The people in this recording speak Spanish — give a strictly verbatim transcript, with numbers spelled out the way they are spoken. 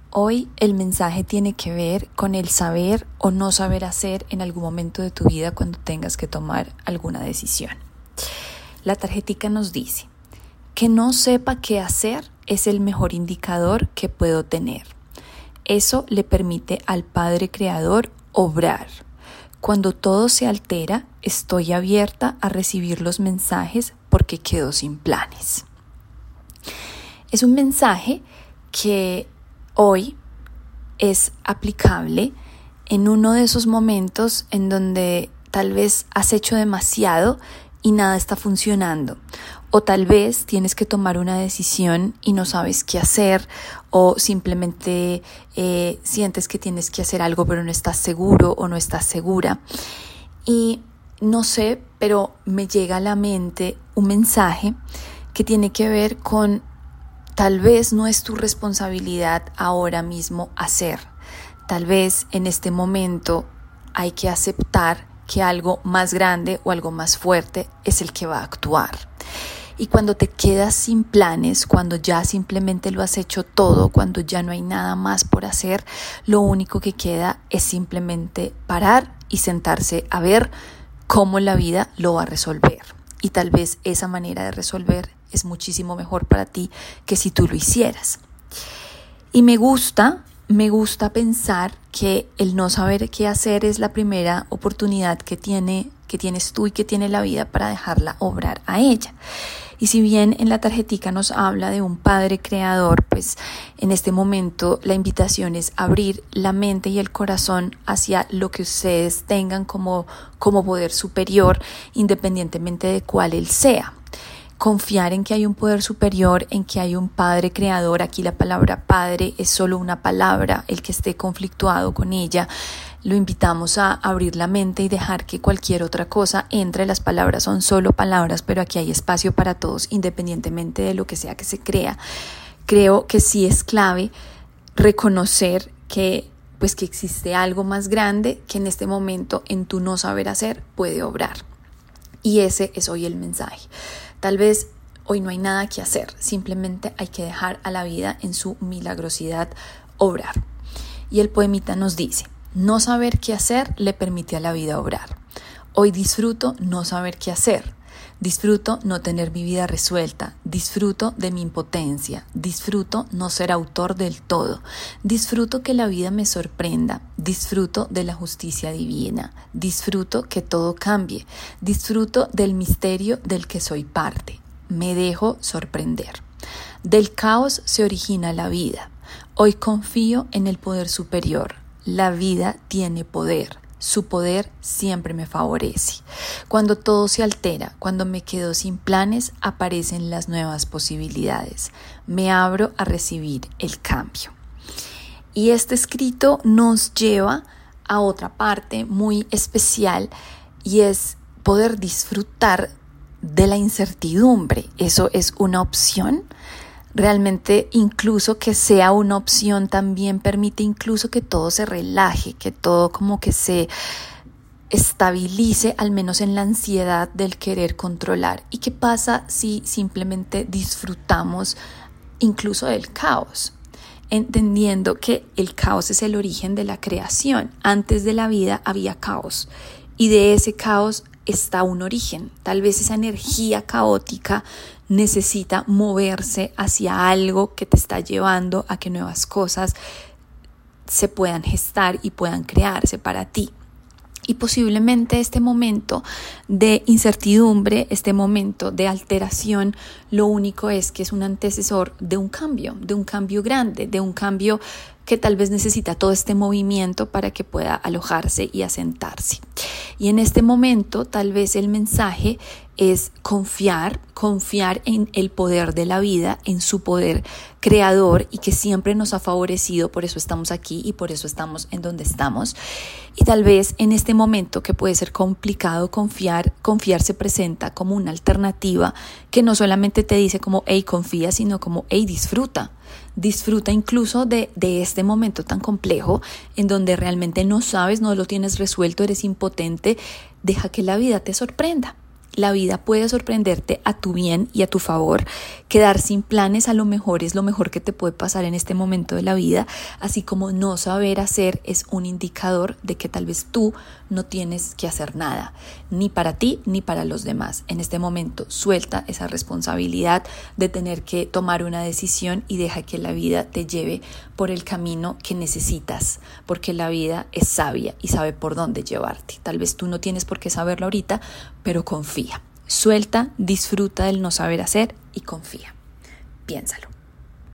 Hoy el mensaje tiene que ver con el saber o no saber hacer en algún momento de tu vida cuando tengas que tomar alguna decisión. La tarjetica nos dice que no sepa qué hacer es el mejor indicador que puedo tener. Eso le permite al Padre Creador obrar. Cuando todo se altera, estoy abierta a recibir los mensajes porque quedo sin planes. Es un mensaje que hoy es aplicable en uno de esos momentos en donde tal vez has hecho demasiado y nada está funcionando. O tal vez tienes que tomar una decisión y no sabes qué hacer, o simplemente eh, sientes que tienes que hacer algo pero no estás seguro o no estás segura. Y no sé, pero me llega a la mente un mensaje que tiene que ver con tal vez no es tu responsabilidad ahora mismo hacer. Tal vez en este momento hay que aceptar que algo más grande o algo más fuerte es el que va a actuar. Y cuando te quedas sin planes, cuando ya simplemente lo has hecho todo, cuando ya no hay nada más por hacer, lo único que queda es simplemente parar y sentarse a ver cómo la vida lo va a resolver. Y tal vez esa manera de resolver es muchísimo mejor para ti que si tú lo hicieras. Y me gusta, me gusta pensar que el no saber qué hacer es la primera oportunidad que tiene, que tienes tú y que tiene la vida para dejarla obrar a ella. Y si bien en la tarjetica nos habla de un Padre Creador, pues en este momento la invitación es abrir la mente y el corazón hacia lo que ustedes tengan como, como poder superior, independientemente de cuál él sea. Confiar en que hay un poder superior, en que hay un Padre Creador. Aquí la palabra Padre es solo una palabra, el que esté conflictuado con ella. Lo invitamos a abrir la mente y dejar que cualquier otra cosa entre. Las palabras son solo palabras, pero aquí hay espacio para todos, independientemente de lo que sea que se crea. Creo que sí es clave reconocer que, pues, que existe algo más grande que en este momento, en tu no saber hacer, puede obrar. Y ese es hoy el mensaje. Tal vez hoy no hay nada que hacer, simplemente hay que dejar a la vida en su milagrosidad obrar. Y el poemita nos dice: no saber qué hacer le permite a la vida obrar. Hoy disfruto no saber qué hacer. Disfruto no tener mi vida resuelta. Disfruto de mi impotencia. Disfruto no ser autor del todo. Disfruto que la vida me sorprenda. Disfruto de la justicia divina. Disfruto que todo cambie. Disfruto del misterio del que soy parte. Me dejo sorprender. Del caos se origina la vida. Hoy confío en el poder superior. La vida tiene poder. Su poder siempre me favorece. Cuando todo se altera, cuando me quedo sin planes, aparecen las nuevas posibilidades. Me abro a recibir el cambio. Y este escrito nos lleva a otra parte muy especial y es poder disfrutar de la incertidumbre. Eso es una opción. Realmente incluso que sea una opción también permite incluso que todo se relaje, que todo como que se estabilice, al menos en la ansiedad del querer controlar. ¿Y qué pasa si simplemente disfrutamos incluso del caos? Entendiendo que el caos es el origen de la creación. Antes de la vida había caos y de ese caos está un origen. Tal vez esa energía caótica necesita moverse hacia algo que te está llevando a que nuevas cosas se puedan gestar y puedan crearse para ti. Y posiblemente este momento de incertidumbre, este momento de alteración, lo único es que es un antecesor de un cambio, de un cambio grande, de un cambio que tal vez necesita todo este movimiento para que pueda alojarse y asentarse. Y en este momento tal vez el mensaje es confiar, confiar en el poder de la vida, en su poder creador y que siempre nos ha favorecido, por eso estamos aquí y por eso estamos en donde estamos. Y tal vez en este momento que puede ser complicado confiar, confiar se presenta como una alternativa que no solamente te dice como hey, confía, sino como hey, disfruta. Disfruta incluso de, de este momento tan complejo en donde realmente no sabes, no lo tienes resuelto, eres impotente. Deja que la vida te sorprenda. la vida puede sorprenderte a tu bien y a tu favor. Quedar sin planes a lo mejor es lo mejor que te puede pasar en este momento de la vida, así como no saber hacer es un indicador de que tal vez tú no tienes que hacer nada, ni para ti ni para los demás. En este momento suelta esa responsabilidad de tener que tomar una decisión y deja que la vida te lleve por el camino que necesitas, porque la vida es sabia y sabe por dónde llevarte. Tal vez tú no tienes por qué saberlo ahorita, pero confía. Suelta, disfruta del no saber hacer y confía. Piénsalo.